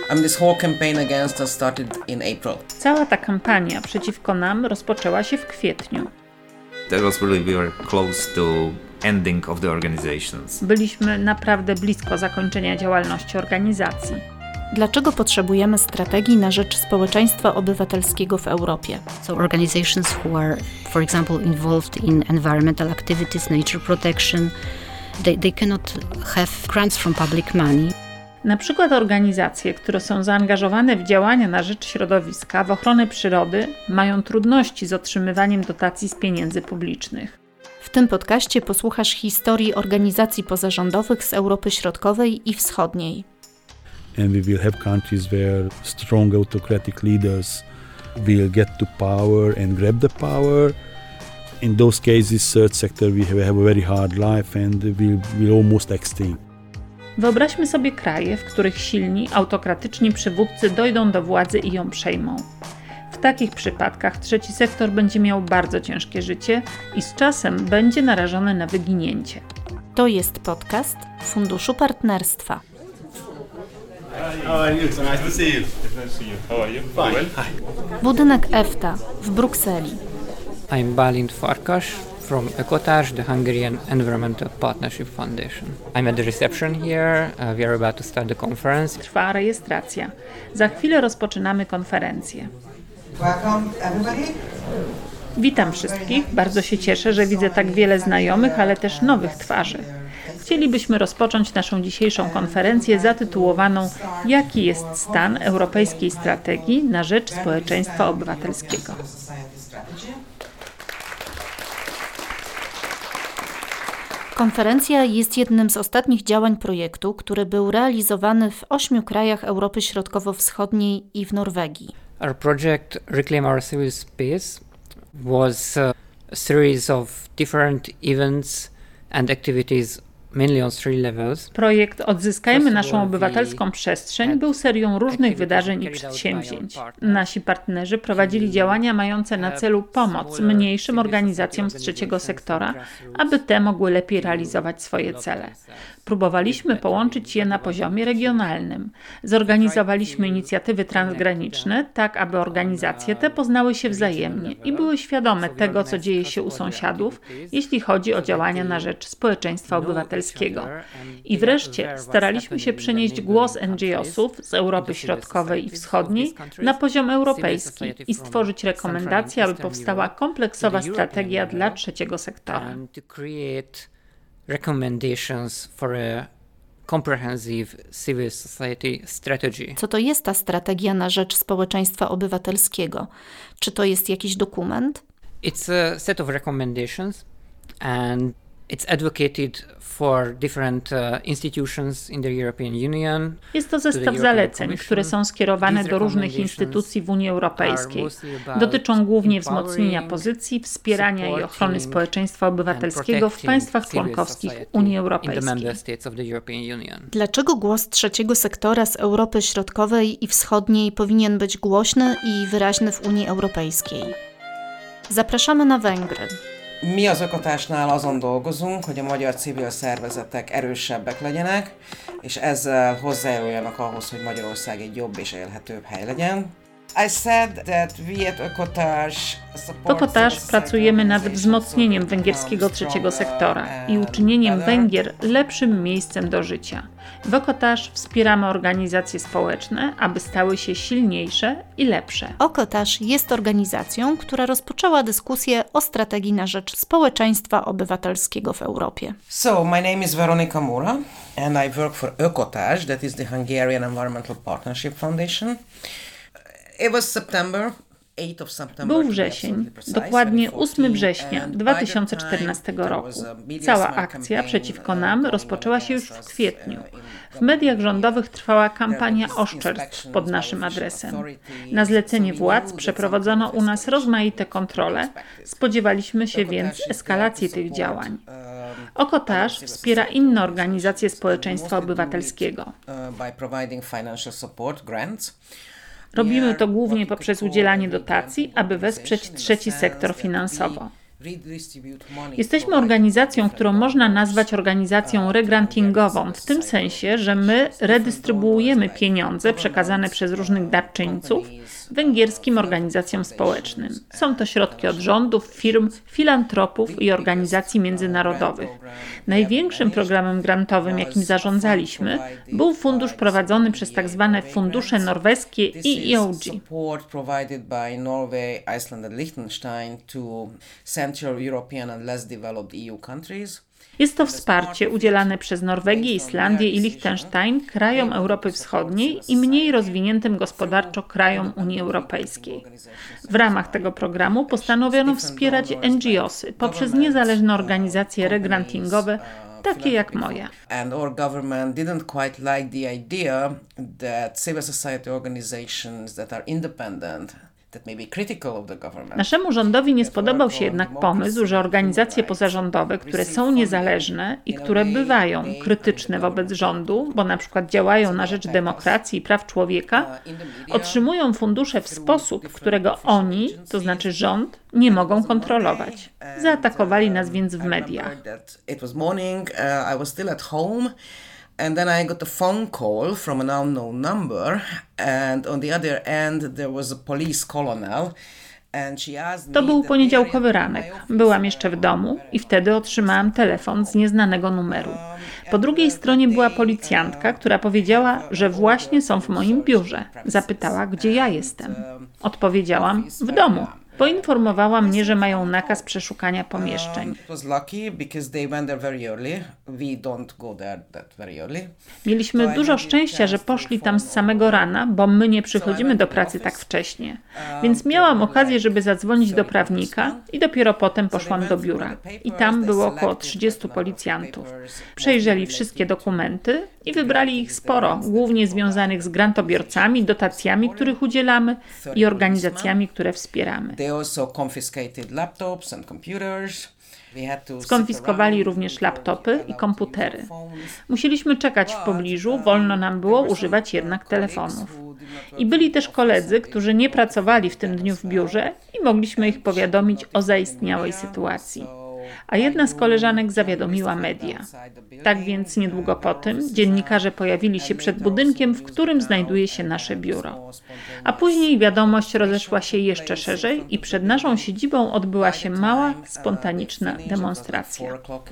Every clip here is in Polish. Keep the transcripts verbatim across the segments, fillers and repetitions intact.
I mean, this whole campaign against us started in April. Cała ta kampania przeciwko nam rozpoczęła się w kwietniu. That was really, we were close to ending of the organizations. Byliśmy naprawdę blisko zakończenia działalności organizacji. Dlaczego potrzebujemy strategii na rzecz społeczeństwa obywatelskiego w Europie? So organizations who are, for example, involved in environmental activities, nature protection, they, they cannot have grants from public money. Na przykład organizacje, które są zaangażowane w działania na rzecz środowiska, w ochronę przyrody, mają trudności z otrzymywaniem dotacji z pieniędzy publicznych. W tym podcaście posłuchasz historii organizacji pozarządowych z Europy Środkowej i Wschodniej. And we will have countries where strong autocratic leaders will get to power and grab the power. In those cases, third sector we have, have a very hard life and will will almost extinct. Wyobraźmy sobie kraje, w których silni, autokratyczni przywódcy dojdą do władzy i ją przejmą. W takich przypadkach trzeci sektor będzie miał bardzo ciężkie życie i z czasem będzie narażony na wyginięcie. To jest podcast Funduszu Partnerstwa. How are you? So nice to see you. Nice to see you. How are you? Fine. Hi. Budynek EFTA w Brukseli. I'm Balint Farkas from Ökotárs, the Hungarian Environmental Partnership Foundation. I'm at the reception here. Uh, we are about to start the conference. Trwa rejestracja. Za chwilę rozpoczynamy konferencję. Welcome everybody. Witam wszystkich. Bardzo się cieszę, że widzę tak wiele znajomych, ale też nowych twarzy. Chcielibyśmy rozpocząć naszą dzisiejszą konferencję zatytułowaną „Jaki jest stan europejskiej strategii na rzecz społeczeństwa obywatelskiego?” Konferencja jest jednym z ostatnich działań projektu, który był realizowany w ośmiu krajach Europy Środkowo-Wschodniej i w Norwegii. Our project Reclaim Our Civil Space was a series of different events and activities. Projekt Odzyskajmy naszą obywatelską przestrzeń był serią różnych wydarzeń i przedsięwzięć. Nasi partnerzy prowadzili działania mające na celu pomoc mniejszym organizacjom z trzeciego sektora, aby te mogły lepiej realizować swoje cele. Próbowaliśmy połączyć je na poziomie regionalnym. Zorganizowaliśmy inicjatywy transgraniczne, tak aby organizacje te poznały się wzajemnie i były świadome tego, co dzieje się u sąsiadów, jeśli chodzi o działania na rzecz społeczeństwa obywatelskiego. I wreszcie staraliśmy się przenieść głos N G O sów z Europy Środkowej i Wschodniej na poziom europejski i stworzyć rekomendacje, aby powstała kompleksowa strategia dla trzeciego sektora. Recommendations for a comprehensive civil society strategy. Co to jest ta strategia na rzecz społeczeństwa obywatelskiego? Czy to jest jakiś dokument? It's a set of recommendations and it's advocated for different uh, institutions in the European Union. Jest to zestaw zaleceń, które są skierowane do różnych instytucji w Unii Europejskiej. Dotyczą głównie wzmocnienia pozycji, wspierania i ochrony społeczeństwa obywatelskiego w państwach członkowskich Unii Europejskiej. Dlaczego głos trzeciego sektora z Europy Środkowej i Wschodniej powinien być głośny i wyraźny w Unii Europejskiej? Zapraszamy na Węgry. Mi az Ökotársnál azon dolgozunk, hogy a magyar civil szervezetek erősebbek legyenek, és ezzel hozzájáruljanak ahhoz, hogy Magyarország egy jobb és élhetőbb hely legyen. I said that we at Ökotárs W Ökotárs pracujemy nad wzmocnieniem węgierskiego trzeciego sektora i uczynieniem Węgier lepszym miejscem do życia. W Ökotárs wspieramy organizacje społeczne, aby stały się silniejsze i lepsze. Ökotárs jest organizacją, która rozpoczęła dyskusję o strategii na rzecz społeczeństwa obywatelskiego w Europie. So, my name is Veronika Mura and I work for Ökotárs, that is the Hungarian Environmental Partnership Foundation. It was September. Był wrzesień, dokładnie ósmego września dwa tysiące czternastego roku. Cała akcja przeciwko nam rozpoczęła się już w kwietniu. W mediach rządowych trwała kampania oszczerstw pod naszym adresem. Na zlecenie władz przeprowadzono u nas rozmaite kontrole. Spodziewaliśmy się więc eskalacji tych działań. Ökotárs wspiera inne organizacje społeczeństwa obywatelskiego. Robimy to głównie poprzez udzielanie dotacji, aby wesprzeć trzeci sektor finansowo. Jesteśmy organizacją, którą można nazwać organizacją regrantingową, w tym sensie, że my redystrybuujemy pieniądze przekazane przez różnych darczyńców węgierskim organizacjom społecznym. Są to środki od rządów, firm, filantropów i organizacji międzynarodowych. Największym programem grantowym, jakim zarządzaliśmy, był fundusz prowadzony przez tak zwane fundusze norweskie i E O G. Jest to wsparcie udzielane przez Norwegię, Islandię i Liechtenstein krajom Europy Wschodniej i mniej rozwiniętym gospodarczo krajom Unii Europejskiej. W ramach tego programu postanowiono wspierać N G O sy poprzez niezależne organizacje regrantingowe, takie jak moja. And our government didn't quite like the idea that civil society organizations that are independent Naszemu rządowi nie spodobał się jednak pomysł, że organizacje pozarządowe, które są niezależne i które bywają krytyczne wobec rządu, bo na przykład działają na rzecz demokracji i praw człowieka, otrzymują fundusze w sposób, którego oni, to znaczy rząd, nie mogą kontrolować. Zaatakowali nas więc w mediach. And then I got a phone call from an unknown number, and on the other end there was a police colonel. To był poniedziałkowy ranek. Byłam jeszcze w domu i wtedy otrzymałam telefon z nieznanego numeru. Po drugiej stronie była policjantka, która powiedziała, że właśnie są w moim biurze. Zapytała, gdzie ja jestem. Odpowiedziałam, w domu. Poinformowała mnie, że mają nakaz przeszukania pomieszczeń. Mieliśmy dużo szczęścia, że poszli tam z samego rana, bo my nie przychodzimy do pracy tak wcześnie. Więc miałam okazję, żeby zadzwonić do prawnika i dopiero potem poszłam do biura. I tam było około trzydziestu policjantów. Przejrzeli wszystkie dokumenty i wybrali ich sporo, głównie związanych z grantobiorcami, dotacjami, których udzielamy i organizacjami, które wspieramy. Skonfiskowali również laptopy i komputery. Musieliśmy czekać w pobliżu, wolno nam było używać jednak telefonów. I byli też koledzy, którzy nie pracowali w tym dniu w biurze i mogliśmy ich powiadomić o zaistniałej sytuacji. A jedna z koleżanek zawiadomiła media. Tak więc niedługo po tym dziennikarze pojawili się przed budynkiem, w którym znajduje się nasze biuro. A później wiadomość rozeszła się jeszcze szerzej i przed naszą siedzibą odbyła się mała, spontaniczna demonstracja.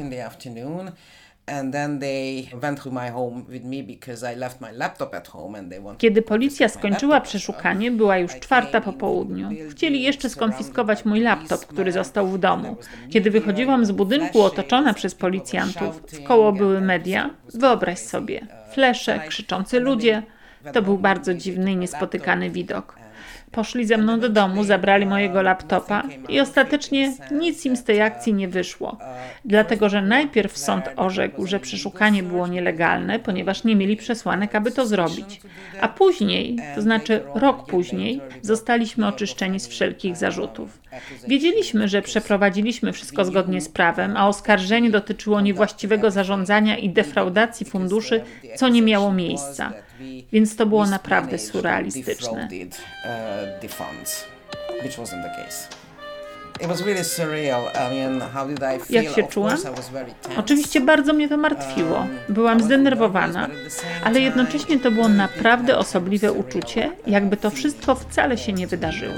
Kiedy policja skończyła przeszukanie, była już czwarta po południu. Chcieli jeszcze skonfiskować mój laptop, który został w domu. Kiedy wychodziłam z budynku otoczona przez policjantów, wkoło były media, wyobraź sobie, flesze, krzyczący ludzie. To był bardzo dziwny i niespotykany widok. Poszli ze mną do domu, zabrali mojego laptopa i ostatecznie nic im z tej akcji nie wyszło. Dlatego, że najpierw sąd orzekł, że przeszukanie było nielegalne, ponieważ nie mieli przesłanek, aby to zrobić. A później, to znaczy rok później, zostaliśmy oczyszczeni z wszelkich zarzutów. Wiedzieliśmy, że przeprowadziliśmy wszystko zgodnie z prawem, a oskarżenie dotyczyło niewłaściwego zarządzania i defraudacji funduszy, co nie miało miejsca. Więc to było naprawdę surrealistyczne. Jak się czułam? Oczywiście bardzo mnie to martwiło. Byłam zdenerwowana, ale jednocześnie to było naprawdę osobliwe uczucie, jakby to wszystko wcale się nie wydarzyło.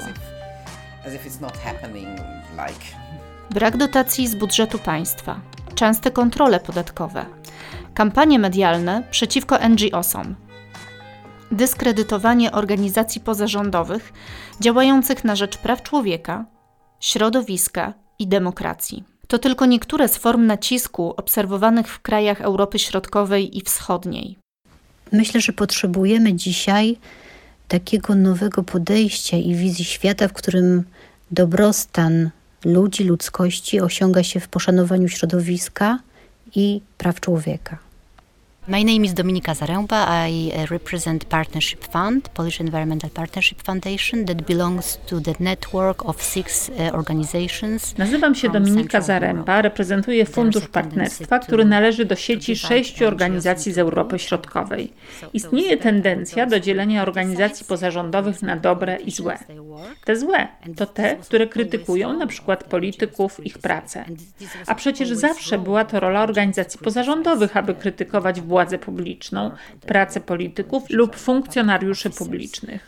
Brak dotacji z budżetu państwa, częste kontrole podatkowe, kampanie medialne przeciwko N G O som, dyskredytowanie organizacji pozarządowych działających na rzecz praw człowieka, środowiska i demokracji. To tylko niektóre z form nacisku obserwowanych w krajach Europy Środkowej i Wschodniej. Myślę, że potrzebujemy dzisiaj takiego nowego podejścia i wizji świata, w którym dobrostan ludzi, ludzkości osiąga się w poszanowaniu środowiska i praw człowieka. My name is Dominika Zaręba. I represent Partnership Fund, Polish Environmental Partnership Foundation, that belongs to the network of six organizations. Nazywam się Dominika Zaręba, reprezentuję Fundusz Partnerstwa, który należy do sieci sześciu organizacji z Europy Środkowej. Istnieje tendencja do dzielenia organizacji pozarządowych na dobre i złe. Te złe to te, które krytykują na przykład polityków, ich pracę. A przecież zawsze była to rola organizacji pozarządowych, aby krytykować władzę publiczną, pracę polityków lub funkcjonariuszy publicznych.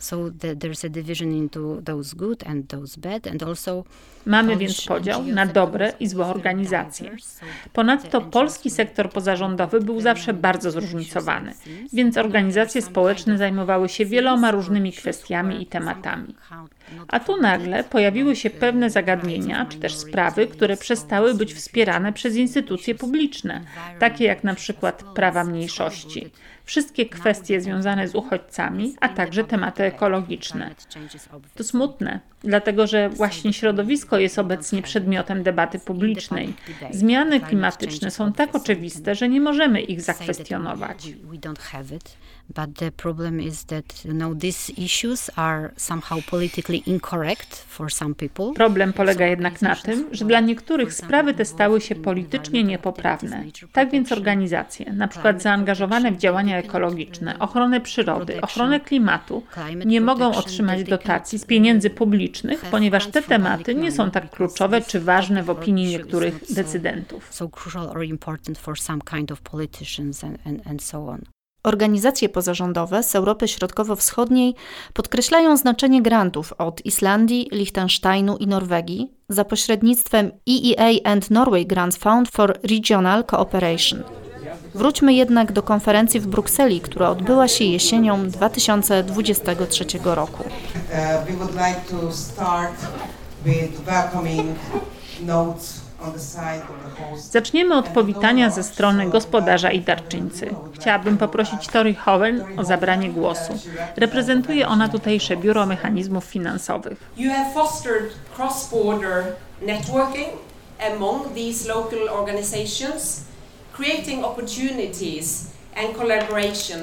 Mamy więc podział na dobre i złe organizacje. Ponadto polski sektor pozarządowy był zawsze bardzo zróżnicowany, więc organizacje społeczne zajmowały się wieloma różnymi kwestiami i tematami. A tu nagle pojawiły się pewne zagadnienia, czy też sprawy, które przestały być wspierane przez instytucje publiczne, takie jak na przykład prawa mniejszości, wszystkie kwestie związane z uchodźcami, a także tematy ekologiczne. To smutne, dlatego że właśnie środowisko jest obecnie przedmiotem debaty publicznej. Zmiany klimatyczne są tak oczywiste, że nie możemy ich zakwestionować. But the problem is that, you know, these issues are somehow politically incorrect for some people. Problem polega jednak na tym, że dla niektórych sprawy te stały się politycznie niepoprawne. Tak więc organizacje, na przykład zaangażowane w działania ekologiczne, ochronę przyrody, ochronę klimatu, nie mogą otrzymać dotacji z pieniędzy publicznych, ponieważ te tematy nie są tak kluczowe czy ważne w opinii niektórych decydentów. So crucial or important for some kind of politicians and, and, and so on. Organizacje pozarządowe z Europy Środkowo-Wschodniej podkreślają znaczenie grantów od Islandii, Liechtensteinu i Norwegii za pośrednictwem E E A and Norway Grants Fund for Regional Cooperation. Wróćmy jednak do konferencji w Brukseli, która odbyła się jesienią dwa tysiące dwudziestego trzeciego roku. We would like to start with welcoming notes. Zaczniemy od powitania ze strony gospodarza i darczyńcy. Chciałabym poprosić Tori Hoven o zabranie głosu. Reprezentuje ona tutejsze Biuro Mechanizmów Finansowych. You have fostered cross-border networking among these local organizations, creating opportunities and collaboration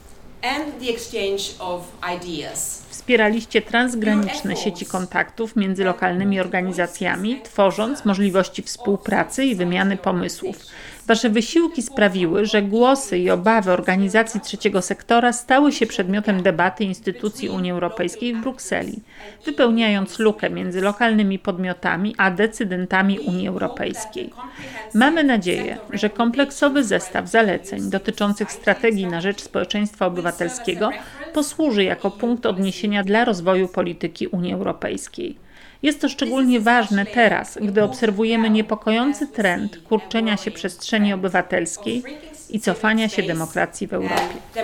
and the exchange of ideas. Wspieraliście transgraniczne sieci kontaktów między lokalnymi organizacjami, tworząc możliwości współpracy i wymiany pomysłów. Wasze wysiłki sprawiły, że głosy i obawy organizacji trzeciego sektora stały się przedmiotem debaty instytucji Unii Europejskiej w Brukseli, wypełniając lukę między lokalnymi podmiotami a decydentami Unii Europejskiej. Mamy nadzieję, że kompleksowy zestaw zaleceń dotyczących strategii na rzecz społeczeństwa obywatelskiego posłuży jako punkt odniesienia dla rozwoju polityki Unii Europejskiej. Jest to szczególnie ważne teraz, gdy obserwujemy niepokojący trend kurczenia się przestrzeni obywatelskiej i cofania się demokracji w Europie.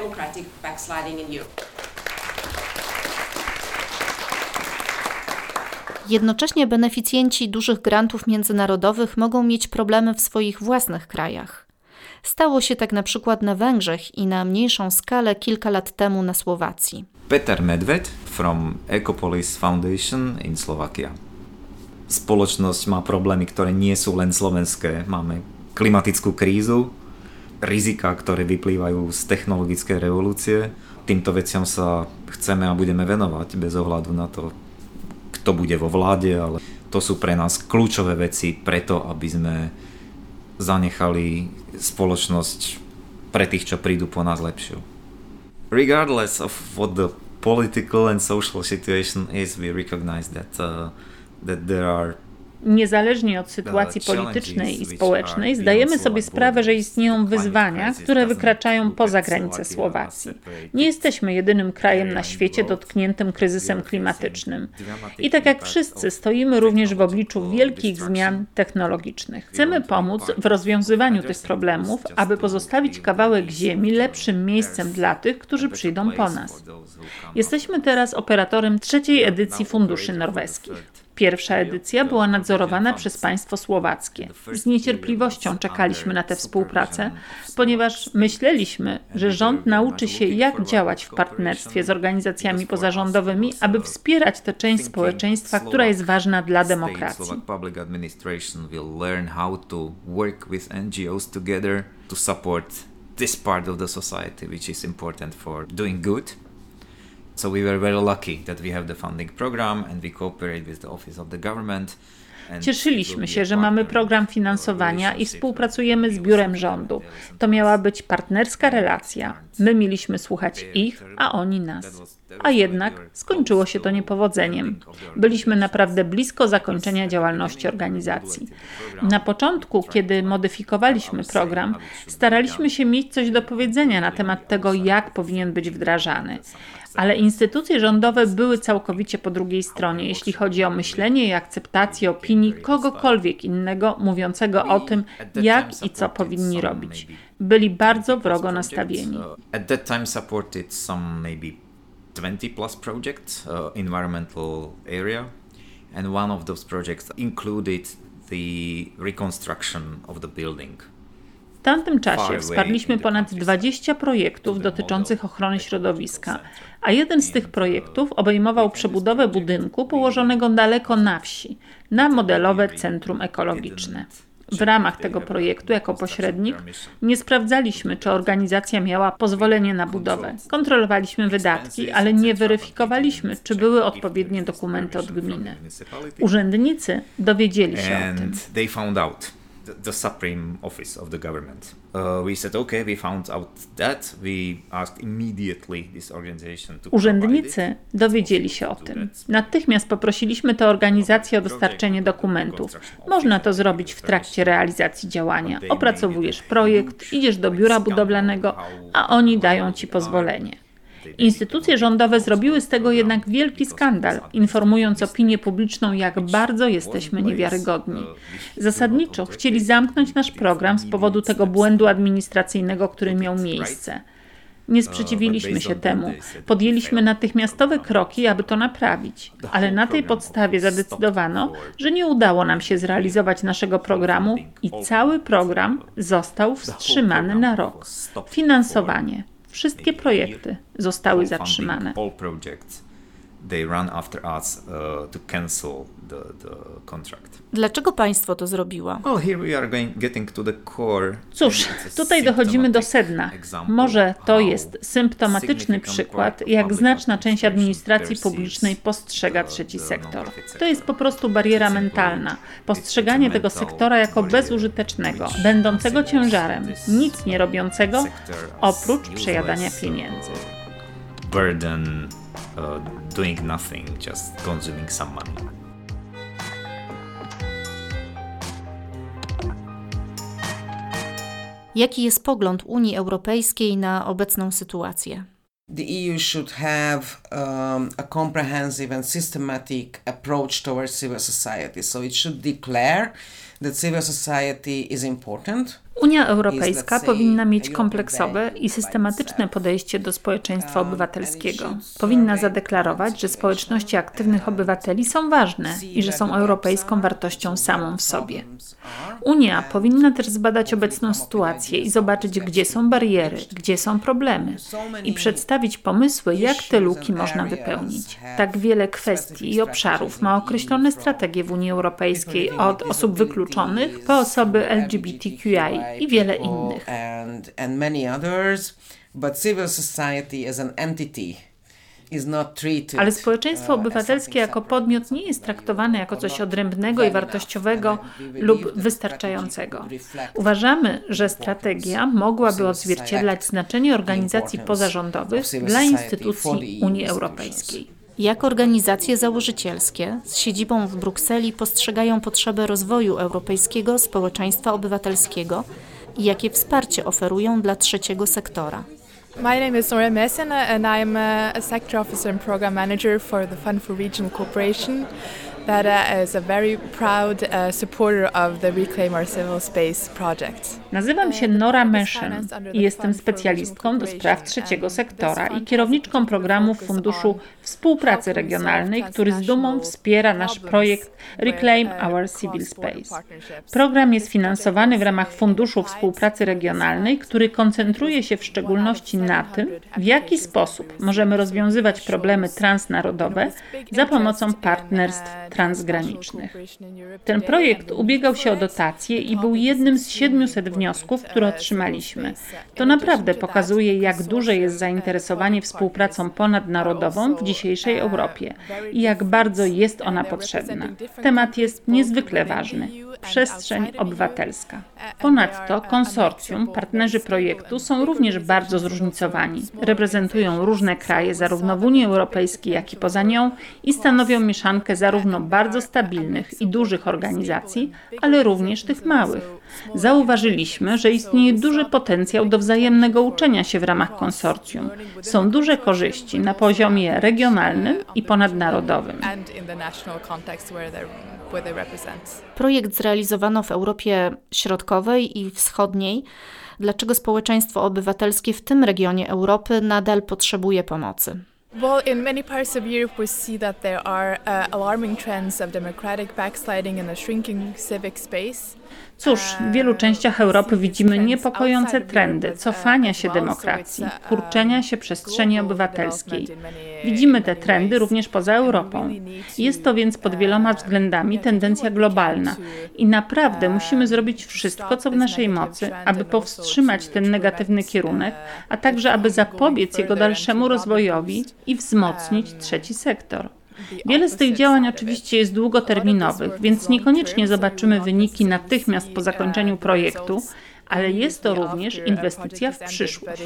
Jednocześnie beneficjenci dużych grantów międzynarodowych mogą mieć problemy w swoich własnych krajach. Stało się tak na przykład na Węgrzech i na mniejszą skalę kilka lat temu na Słowacji. Peter Medved from Ecopolis Foundation in Slovakia. Spoločnosť má problémy, ktoré nie sú len slovenské. Máme klimatickú krízu, rizika, ktoré vyplývajú z technologickej revolúcie. Týmto veciam sa chceme a budeme venovať bez ohľadu na to, kto bude vo vláde, ale to sú pre nás kľúčové veci preto, aby sme zanechali spoločnosť pre tých, čo prídu po nás lepšiu. Regardless of what the political and social situation is, we recognize that uh, that there are Niezależnie od sytuacji politycznej i społecznej, zdajemy sobie sprawę, że istnieją wyzwania, które wykraczają poza granice Słowacji. Nie jesteśmy jedynym krajem na świecie dotkniętym kryzysem klimatycznym. I tak jak wszyscy, stoimy również w obliczu wielkich zmian technologicznych. Chcemy pomóc w rozwiązywaniu tych problemów, aby pozostawić kawałek ziemi lepszym miejscem dla tych, którzy przyjdą po nas. Jesteśmy teraz operatorem trzeciej edycji funduszy norweskich. Pierwsza edycja była nadzorowana przez państwo słowackie. Z niecierpliwością czekaliśmy na tę współpracę, ponieważ myśleliśmy, że rząd nauczy się, jak działać w partnerstwie z organizacjami pozarządowymi, aby wspierać tę część społeczeństwa, która jest ważna dla demokracji. this part of the society which is important for doing good. So we were very lucky that we have the funding program and we cooperate with the office of the government. Cieszyliśmy się, że mamy program finansowania i współpracujemy z biurem rządu. To miała być partnerska relacja. My mieliśmy słuchać ich, a oni nas. A jednak skończyło się to niepowodzeniem. Byliśmy naprawdę blisko zakończenia działalności organizacji. Na początku, kiedy modyfikowaliśmy program, staraliśmy się mieć coś do powiedzenia na temat tego, jak powinien być wdrażany. Ale instytucje rządowe były całkowicie po drugiej stronie, jeśli chodzi o myślenie i akceptację opinii kogokolwiek innego mówiącego o tym, jak i co powinni robić. Byli bardzo wrogo nastawieni. At that time supported some maybe twenty plus projects uh, environmental area, and one of those projects included the reconstruction of the building. W tamtym czasie wsparliśmy ponad dwadzieścia projektów dotyczących ochrony środowiska, a jeden z tych projektów obejmował przebudowę budynku położonego daleko na wsi, na modelowe centrum ekologiczne. W ramach tego projektu, jako pośrednik, nie sprawdzaliśmy, czy organizacja miała pozwolenie na budowę. Kontrolowaliśmy wydatki, ale nie weryfikowaliśmy, czy były odpowiednie dokumenty od gminy. Urzędnicy dowiedzieli się o tym. The, the supreme office of the government. Uh, we said, okay, we found out that. We asked immediately this organization to Urzędnicy dowiedzieli się o tym. Natychmiast poprosiliśmy tę organizację o dostarczenie dokumentów. Można to zrobić w trakcie realizacji działania. Opracowujesz projekt, idziesz do biura budowlanego, a oni dają ci pozwolenie. Instytucje rządowe zrobiły z tego jednak wielki skandal, informując opinię publiczną, jak bardzo jesteśmy niewiarygodni. Zasadniczo chcieli zamknąć nasz program z powodu tego błędu administracyjnego, który miał miejsce. Nie sprzeciwiliśmy się temu. Podjęliśmy natychmiastowe kroki, aby to naprawić. Ale na tej podstawie zadecydowano, że nie udało nam się zrealizować naszego programu i cały program został wstrzymany na rok. Finansowanie. Wszystkie projekty zostały zatrzymane. Dlaczego państwo to zrobiło? Cóż, tutaj dochodzimy do sedna. Może to jest symptomatyczny przykład, jak znaczna część administracji publicznej postrzega trzeci sektor. To jest po prostu bariera mentalna. Postrzeganie tego sektora jako bezużytecznego, będącego ciężarem, nic nie robiącego, oprócz przejadania pieniędzy. Burden, uh, doing nothing, just consuming some money. Jaki jest pogląd Unii Europejskiej na obecną sytuację? The E U should have um, a comprehensive and systematic approach towards civil society. So it should declare that civil society is important. Unia Europejska powinna mieć kompleksowe i systematyczne podejście do społeczeństwa obywatelskiego. Powinna zadeklarować, że społeczności aktywnych obywateli są ważne i że są europejską wartością samą w sobie. Unia powinna też zbadać obecną sytuację i zobaczyć, gdzie są bariery, gdzie są problemy i przedstawić pomysły, jak te luki można wypełnić. Tak wiele kwestii i obszarów ma określone strategie w Unii Europejskiej, od osób wykluczonych po osoby L G B T Q I i wiele innych. And, and many others, but civil society as an entity is not treated. Ale społeczeństwo obywatelskie jako podmiot nie jest traktowane jako coś odrębnego i wartościowego lub wystarczającego. Uważamy, że strategia mogłaby odzwierciedlać znaczenie organizacji pozarządowych dla instytucji Unii Europejskiej. Jak organizacje założycielskie z siedzibą w Brukseli postrzegają potrzebę rozwoju europejskiego społeczeństwa obywatelskiego i jakie wsparcie oferują dla trzeciego sektora? My name is Nora Messina and I'm a sector officer and program manager for the Fund for Regional Cooperation. That uh, is a very proud uh, supporter of the Reclaim Our Civil Space project. Nazywam się Nora Meszyn i jestem specjalistką do spraw trzeciego sektora i kierowniczką programu Funduszu Współpracy Regionalnej, który z dumą wspiera nasz projekt Reclaim Our Civil Space. Program jest finansowany w ramach Funduszu Współpracy Regionalnej, który koncentruje się w szczególności na tym, w jaki sposób możemy rozwiązywać problemy transnarodowe za pomocą partnerstw transgranicznych. Ten projekt ubiegał się o dotacje i był jednym z siedmiuset wniosków, które otrzymaliśmy. To naprawdę pokazuje, jak duże jest zainteresowanie współpracą ponadnarodową w dzisiejszej Europie i jak bardzo jest ona potrzebna. Temat jest niezwykle ważny. Przestrzeń obywatelska. Ponadto konsorcjum, partnerzy projektu są również bardzo zróżnicowani. Reprezentują różne kraje zarówno w Unii Europejskiej, jak i poza nią i stanowią mieszankę zarówno bardzo stabilnych i dużych organizacji, ale również tych małych. Zauważyliśmy, że istnieje duży potencjał do wzajemnego uczenia się w ramach konsorcjum. Są duże korzyści na poziomie regionalnym i ponadnarodowym. Projekt zrealizowano w Europie Środkowej i Wschodniej. Dlaczego społeczeństwo obywatelskie w tym regionie Europy nadal potrzebuje pomocy? Well, in many parts of Europe we see that there are uh, alarming trends of democratic backsliding and a shrinking civic space. Cóż, w wielu częściach Europy widzimy niepokojące trendy cofania się demokracji, kurczenia się przestrzeni obywatelskiej. Widzimy te trendy również poza Europą. Jest to więc pod wieloma względami tendencja globalna i naprawdę musimy zrobić wszystko, co w naszej mocy, aby powstrzymać ten negatywny kierunek, a także aby zapobiec jego dalszemu rozwojowi i wzmocnić trzeci sektor. Wiele z tych działań oczywiście jest długoterminowych, więc niekoniecznie zobaczymy wyniki natychmiast po zakończeniu projektu, ale jest to również inwestycja w przyszłość.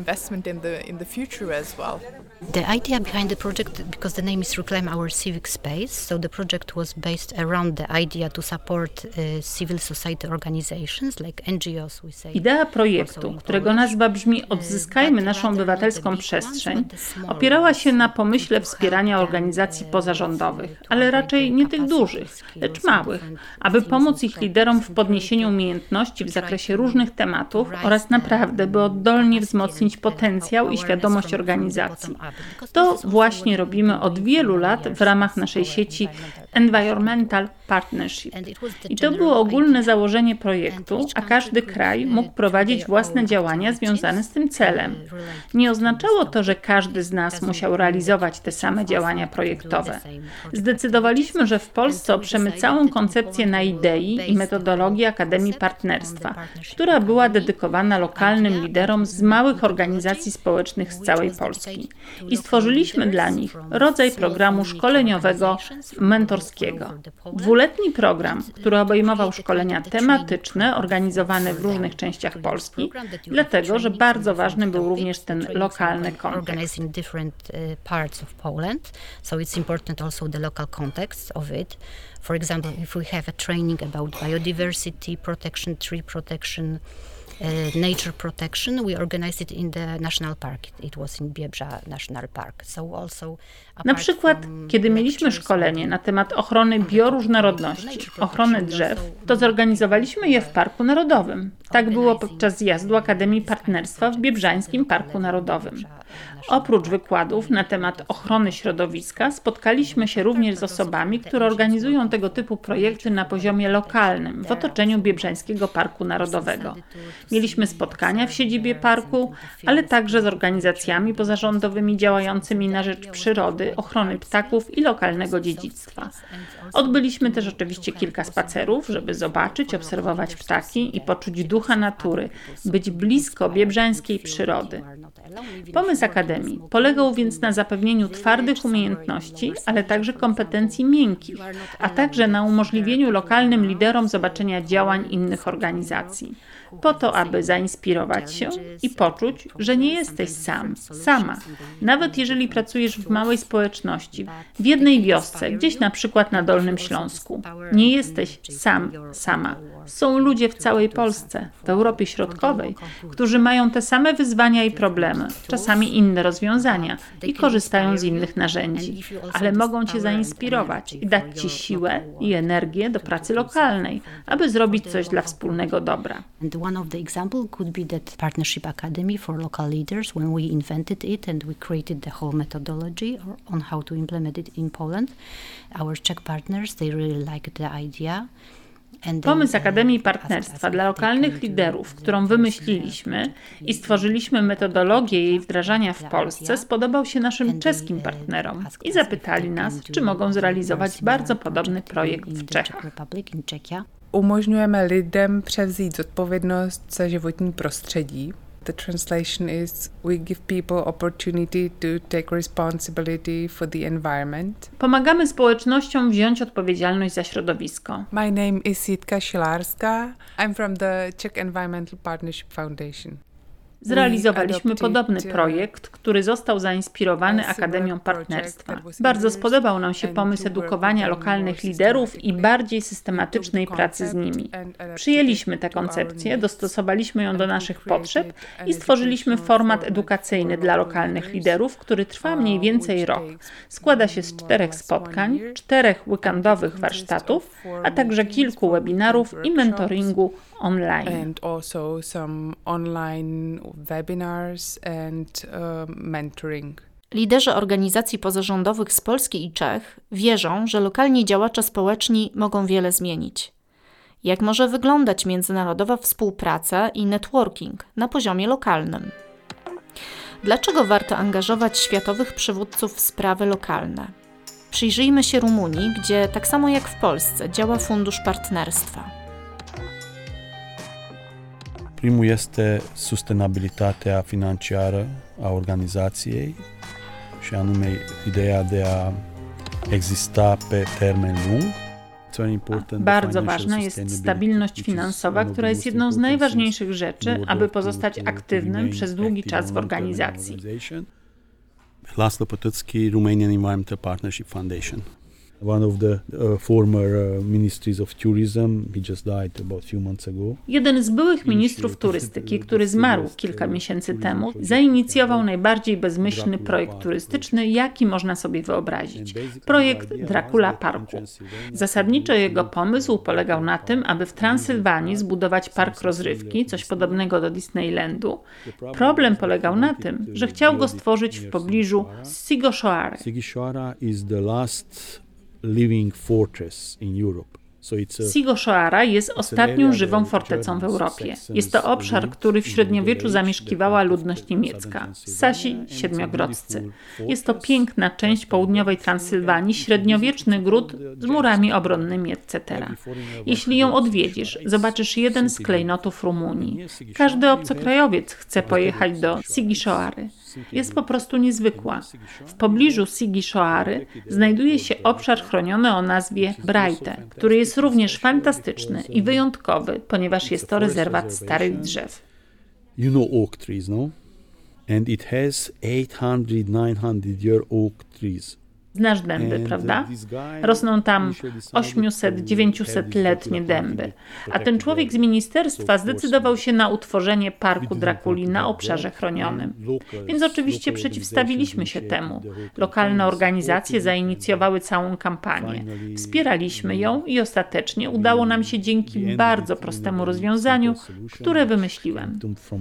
The idea behind the project, because the name is Reclaim Our Civic Space, so the project was based around the idea to support uh, civil society organizations like N G Os, we say. Idea projektu, którego nazwa brzmi Odzyskajmy naszą obywatelską przestrzeń, opierała się na pomyśle wspierania organizacji pozarządowych, ale raczej nie tych dużych, lecz małych, aby pomóc ich liderom w podniesieniu umiejętności w zakresie różnych tematów oraz naprawdę, by oddolnie wzmocnić potencjał i świadomość organizacji. To właśnie robimy od wielu lat w ramach naszej sieci Environmental Partnership. I to było ogólne założenie projektu, a każdy kraj mógł prowadzić własne działania związane z tym celem. Nie oznaczało to, że każdy z nas musiał realizować te same działania projektowe. Zdecydowaliśmy, że w Polsce oprzemy całą koncepcję na idei i metodologii Akademii Partnerstwa, która była dedykowana lokalnym liderom z małych organizacji społecznych z całej Polski. I stworzyliśmy dla nich rodzaj programu szkoleniowego mentorskiego. Dwuletni program, który obejmował szkolenia tematyczne organizowane w różnych częściach Polski, dlatego, że bardzo ważny był również ten lokalny kontekst. For example, if we have a training about biodiversity protection, tree protection, Uh, nature protection, we organized it in the national park. It was in Biebrza National Park. So also na przykład, kiedy mieliśmy szkolenie na temat ochrony bioróżnorodności, ochrony drzew, to zorganizowaliśmy je w Parku Narodowym. Tak było podczas zjazdu Akademii Partnerstwa w Biebrzańskim Parku Narodowym. Oprócz wykładów na temat ochrony środowiska spotkaliśmy się również z osobami, które organizują tego typu projekty na poziomie lokalnym w otoczeniu Biebrzańskiego Parku Narodowego. Mieliśmy spotkania w siedzibie parku, ale także z organizacjami pozarządowymi działającymi na rzecz przyrody, ochrony ptaków i lokalnego dziedzictwa. Odbyliśmy też oczywiście kilka spacerów, żeby zobaczyć, obserwować ptaki i poczuć ducha natury, być blisko biebrzańskiej przyrody. Pomysł Akademii polegał więc na zapewnieniu twardych umiejętności, ale także kompetencji miękkich, a także na umożliwieniu lokalnym liderom zobaczenia działań innych organizacji, po to, aby zainspirować się i poczuć, że nie jesteś sam, sama. Nawet jeżeli pracujesz w małej społeczności, w jednej wiosce, gdzieś na przykład na Dolnym Śląsku, nie jesteś sam, sama. Są ludzie w całej Polsce, w Europie Środkowej, którzy mają te same wyzwania i problemy, czasami inne rozwiązania i korzystają z innych narzędzi, ale mogą Cię zainspirować i dać Ci siłę i energię do pracy lokalnej, aby zrobić coś dla wspólnego dobra. One of the example could be that Partnership Academy for local leaders, when we invented it and we created the whole methodology on how to implement it in Poland. Our Czech partners, they really liked the idea. Pomysł Akademii Partnerstwa dla lokalnych liderów, którą wymyśliliśmy i stworzyliśmy metodologię jej wdrażania w Polsce, spodobał się naszym czeskim partnerom i zapytali nas, czy mogą zrealizować bardzo podobny projekt w Czechach. Umožňujeme lidem převzít zodpovědnost za životní prostředí. The translation is we give people opportunity to take responsibility for the environment. Pomagamy społecznościom wziąć odpowiedzialność za środowisko. My name is Jitka Šilárská. I'm from the Czech Environmental Partnership Foundation. Zrealizowaliśmy podobny projekt, który został zainspirowany Akademią Partnerstwa. Bardzo spodobał nam się pomysł edukowania lokalnych liderów i bardziej systematycznej pracy z nimi. Przyjęliśmy tę koncepcję, dostosowaliśmy ją do naszych potrzeb i stworzyliśmy format edukacyjny dla lokalnych liderów, który trwa mniej więcej rok. Składa się z czterech spotkań, czterech weekendowych warsztatów, a także kilku webinarów i mentoringu online. And also some online webinars and uh, mentoring. Liderzy organizacji pozarządowych z Polski i Czech wierzą, że lokalni działacze społeczni mogą wiele zmienić. Jak może wyglądać międzynarodowa współpraca i networking na poziomie lokalnym? Dlaczego warto angażować światowych przywódców w sprawy lokalne? Przyjrzyjmy się Rumunii, gdzie tak samo jak w Polsce działa Fundusz Partnerstwa. Primul este sustenabilitatea financiară a organizației și anume ideea de a exista pe termen lung. Bardzo ważna jest stabilność finansowa, która jest jedną z najważniejszych rzeczy, aby pozostać aktywnym przez długi czas w organizacji. Laszlo Potocki, Romanian Environmental Partnership Foundation. One of the uh, former uh, ministries of tourism, he just died about a few months ago. Jeden z byłych ministrów turystyki, który zmarł kilka miesięcy temu, zainicjował najbardziej bezmyślny projekt turystyczny, jaki można sobie wyobrazić. Projekt Dracula Parku. Zasadniczo jego pomysł polegał na tym, aby w Transylwanii zbudować park rozrywki, coś podobnego do Disneylandu. Problem polegał na tym, że chciał go stworzyć w pobliżu Sighisoara. Sighisoara is the last living fortress in Europe. Sighisoara jest ostatnią żywą fortecą w Europie. Jest to obszar, który w średniowieczu zamieszkiwała ludność niemiecka, Sasi siedmiogrodzcy. Jest to piękna część południowej Transylwanii, średniowieczny gród z murami obronnymi et cetera. Jeśli ją odwiedzisz, zobaczysz jeden z klejnotów Rumunii. Każdy obcokrajowiec chce pojechać do Sighisoary. Jest po prostu niezwykła. W pobliżu Sighisoary znajduje się obszar chroniony o nazwie Brajte, który jest również fantastyczny i wyjątkowy, ponieważ jest to rezerwat starych drzew. You know oak trees, no? And it has eight hundred, nine hundred year oak trees. Znasz dęby, prawda? Rosną tam osiemset, dziewięćsetletnie dęby. A ten człowiek z ministerstwa zdecydował się na utworzenie parku Drakuli na obszarze chronionym. Więc oczywiście przeciwstawiliśmy się temu. Lokalne organizacje zainicjowały całą kampanię. Wspieraliśmy ją i ostatecznie udało nam się dzięki bardzo prostemu rozwiązaniu, które wymyśliłem.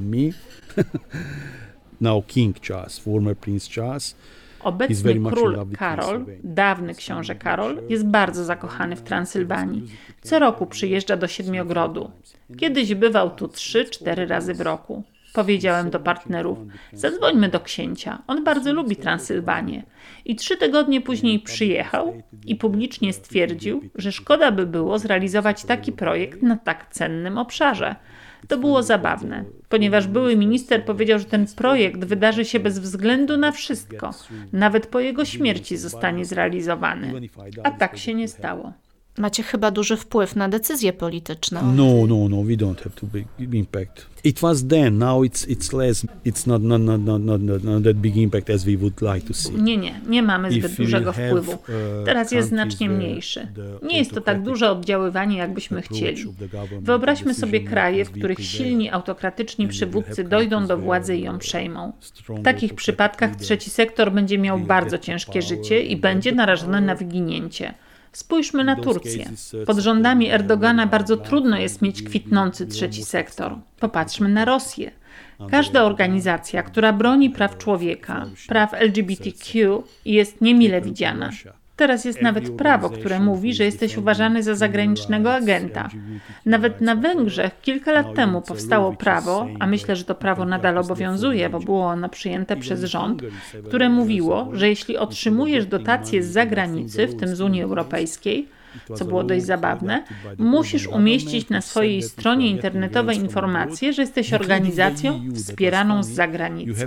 Now King Charles, former Prince Charles, obecny król Karol, dawny książę Karol, jest bardzo zakochany w Transylwanii. Co roku przyjeżdża do Siedmiogrodu. Kiedyś bywał tu trzy, cztery razy w roku. Powiedziałem do partnerów, zadzwońmy do księcia, on bardzo lubi Transylwanię. I trzy tygodnie później przyjechał i publicznie stwierdził, że szkoda by było zrealizować taki projekt na tak cennym obszarze. To było zabawne, ponieważ były minister powiedział, że ten projekt wydarzy się bez względu na wszystko. Nawet po jego śmierci zostanie zrealizowany. A tak się nie stało. Macie chyba duży wpływ na decyzje polityczne. No, no, no, we don't have too big impact. It was then, now it's it's less. It's not not not not not, not that big impact as we would like to see. Nie, nie, nie mamy zbyt If dużego wpływu. Teraz jest znacznie mniejszy. Nie jest to tak duże oddziaływanie, jakbyśmy chcieli. Wyobraźmy sobie kraje, w których silni autokratyczni przywódcy dojdą do władzy i ją przejmą. W takich przypadkach trzeci sektor będzie miał bardzo ciężkie życie i będzie narażony na wyginięcie. Spójrzmy na Turcję. Pod rządami Erdogana bardzo trudno jest mieć kwitnący trzeci sektor. Popatrzmy na Rosję. Każda organizacja, która broni praw człowieka, praw L G B T Q, jest niemile widziana. Teraz jest nawet prawo, które mówi, że jesteś uważany za zagranicznego agenta. Nawet na Węgrzech kilka lat temu powstało prawo, a myślę, że to prawo nadal obowiązuje, bo było ono przyjęte przez rząd, które mówiło, że jeśli otrzymujesz dotacje z zagranicy, w tym z Unii Europejskiej, co było dość zabawne, musisz umieścić na swojej stronie internetowej informację, że jesteś organizacją wspieraną z zagranicy.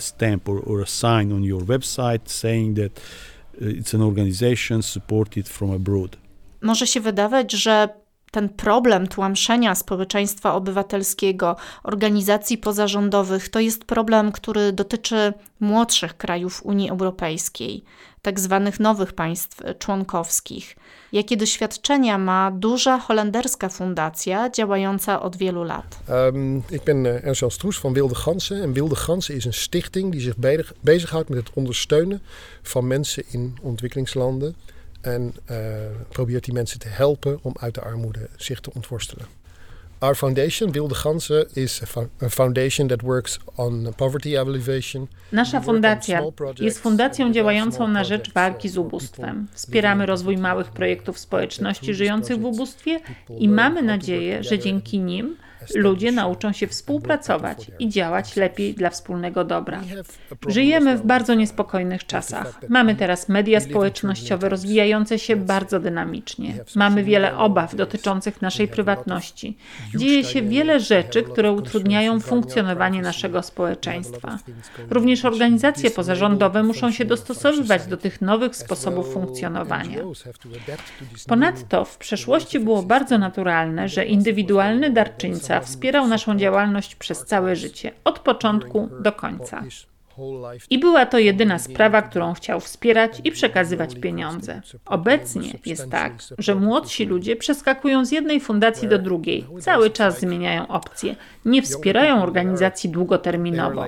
Może się wydawać, że ten problem tłamszenia społeczeństwa obywatelskiego, organizacji pozarządowych, to jest problem, który dotyczy młodszych krajów Unii Europejskiej, tak zwanych nowych państw członkowskich. Jakie doświadczenia ma duża holenderska fundacja działająca od wielu lat? Um, ik ben uh, Ernst-Jan Stroes van Wilde Gansen. En Wilde Gansen is een stichting die zich bezighoudt met het ondersteunen van mensen in ontwikkelingslanden. En uh, probeert die mensen te helpen om uit de armoede zich te ontworstelen. Our foundation, Wilde Gansen, is a foundation that works on poverty alleviation. Nasza fundacja jest fundacją działającą na rzecz walki z ubóstwem. Wspieramy rozwój małych projektów społeczności żyjących w ubóstwie i mamy nadzieję, że dzięki nim ludzie nauczą się współpracować i działać lepiej dla wspólnego dobra. Żyjemy w bardzo niespokojnych czasach. Mamy teraz media społecznościowe rozwijające się bardzo dynamicznie. Mamy wiele obaw dotyczących naszej prywatności. Dzieje się wiele rzeczy, które utrudniają funkcjonowanie naszego społeczeństwa. Również organizacje pozarządowe muszą się dostosowywać do tych nowych sposobów funkcjonowania. Ponadto w przeszłości było bardzo naturalne, że indywidualny darczyńca wspierał naszą działalność przez całe życie, od początku do końca. I była to jedyna sprawa, którą chciał wspierać i przekazywać pieniądze. Obecnie jest tak, że młodsi ludzie przeskakują z jednej fundacji do drugiej, cały czas zmieniają opcje, nie wspierają organizacji długoterminowo.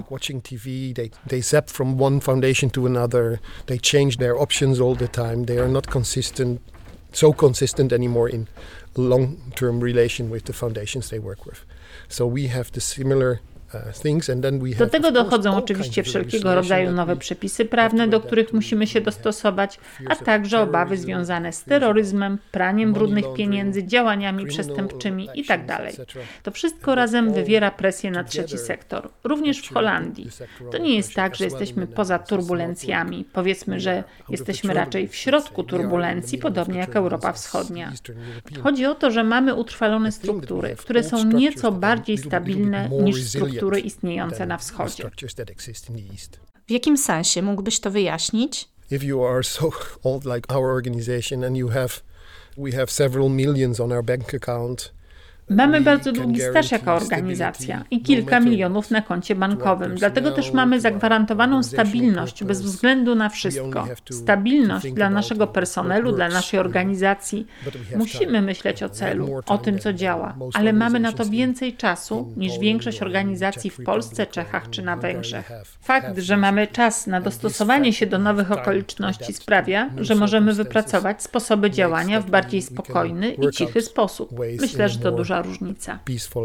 So consistent anymore in long-term relation with the foundations they work with. So we have the similar Do tego dochodzą oczywiście wszelkiego rodzaju nowe przepisy prawne, do których musimy się dostosować, a także obawy związane z terroryzmem, praniem brudnych pieniędzy, działaniami przestępczymi itd. To wszystko razem wywiera presję na trzeci sektor, również w Holandii. To nie jest tak, że jesteśmy poza turbulencjami. Powiedzmy, że jesteśmy raczej w środku turbulencji, podobnie jak Europa Wschodnia. Chodzi o to, że mamy utrwalone struktury, które są nieco bardziej stabilne niż struktury istniejące na wschodzie. W jakim sensie mógłbyś to wyjaśnić? If you are so old like our organization and you have we have several millions on our bank account. Mamy bardzo długi staż jako organizacja i kilka milionów na koncie bankowym, dlatego też mamy zagwarantowaną stabilność bez względu na wszystko. Stabilność dla naszego personelu, dla naszej organizacji. Musimy myśleć o celu, o tym, co działa, ale mamy na to więcej czasu niż większość organizacji w Polsce, Czechach czy na Węgrzech. Fakt, że mamy czas na dostosowanie się do nowych okoliczności sprawia, że możemy wypracować sposoby działania w bardziej spokojny i cichy sposób. Myślę, że to duża różnica.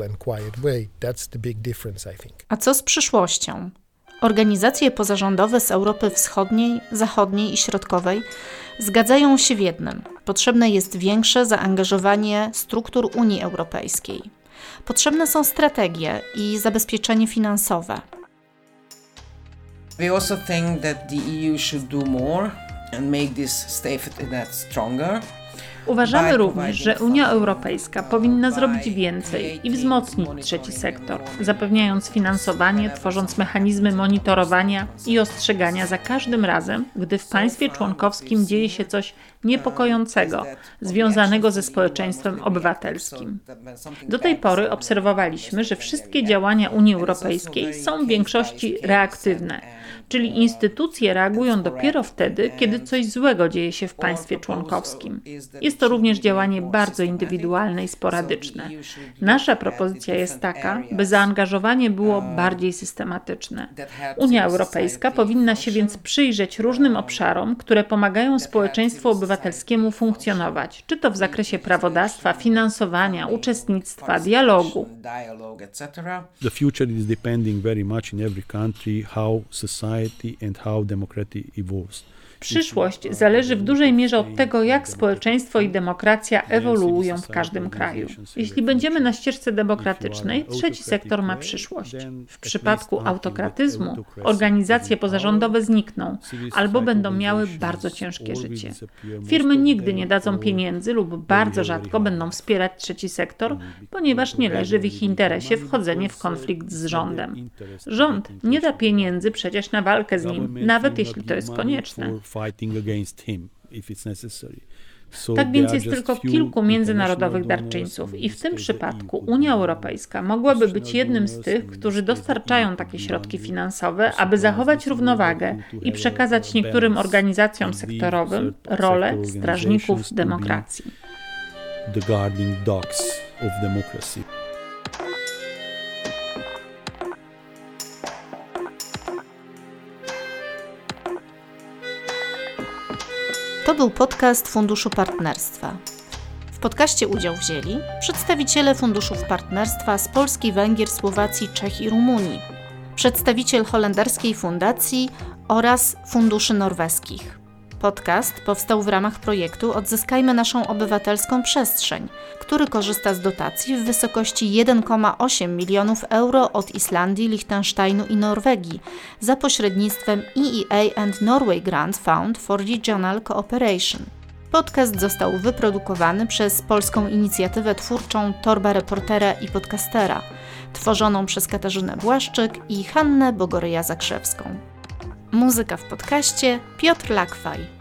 A co z przyszłością? Organizacje pozarządowe z Europy Wschodniej, Zachodniej i Środkowej zgadzają się w jednym. Potrzebne jest większe zaangażowanie struktur Unii Europejskiej. Potrzebne są strategie i zabezpieczenie finansowe. We also think that the E U should do more and make this safety net stronger. Uważamy również, że Unia Europejska powinna zrobić więcej i wzmocnić trzeci sektor, zapewniając finansowanie, tworząc mechanizmy monitorowania i ostrzegania za każdym razem, gdy w państwie członkowskim dzieje się coś niepokojącego, związanego ze społeczeństwem obywatelskim. Do tej pory obserwowaliśmy, że wszystkie działania Unii Europejskiej są w większości reaktywne, czyli instytucje reagują dopiero wtedy, kiedy coś złego dzieje się w państwie członkowskim. Jest jest to również działanie bardzo indywidualne i sporadyczne. Nasza propozycja jest taka, by zaangażowanie było bardziej systematyczne. Unia Europejska powinna się więc przyjrzeć różnym obszarom, które pomagają społeczeństwu obywatelskiemu funkcjonować, czy to w zakresie prawodawstwa, finansowania, uczestnictwa, dialogu. The future is depending very much in every country how society and how democracy evolves. Przyszłość zależy w dużej mierze od tego, jak społeczeństwo i demokracja ewoluują w każdym kraju. Jeśli będziemy na ścieżce demokratycznej, trzeci sektor ma przyszłość. W przypadku autokratyzmu organizacje pozarządowe znikną albo będą miały bardzo ciężkie życie. Firmy nigdy nie dadzą pieniędzy lub bardzo rzadko będą wspierać trzeci sektor, ponieważ nie leży w ich interesie wchodzenie w konflikt z rządem. Rząd nie da pieniędzy przecież na walkę z nim, nawet jeśli to jest konieczne. Tak więc jest tylko kilku międzynarodowych darczyńców i w tym przypadku Unia Europejska mogłaby być jednym z tych, którzy dostarczają takie środki finansowe, aby zachować równowagę i przekazać niektórym organizacjom sektorowym rolę strażników demokracji. The guarding dogs of democracy. To był podcast Funduszu Partnerstwa. W podcaście udział wzięli przedstawiciele Funduszów Partnerstwa z Polski, Węgier, Słowacji, Czech i Rumunii, przedstawiciel holenderskiej fundacji oraz funduszy norweskich. Podcast powstał w ramach projektu Odzyskajmy naszą obywatelską przestrzeń, który korzysta z dotacji w wysokości jeden przecinek osiem milionów euro od Islandii, Liechtensteinu i Norwegii za pośrednictwem E E A and Norway Grant Fund for Regional Cooperation. Podcast został wyprodukowany przez polską inicjatywę twórczą Torba Reportera i Podcastera, tworzoną przez Katarzynę Błaszczyk i Hannę Bogoryja-Zakrzewską. Muzyka w podcaście Piotr Lakwaj.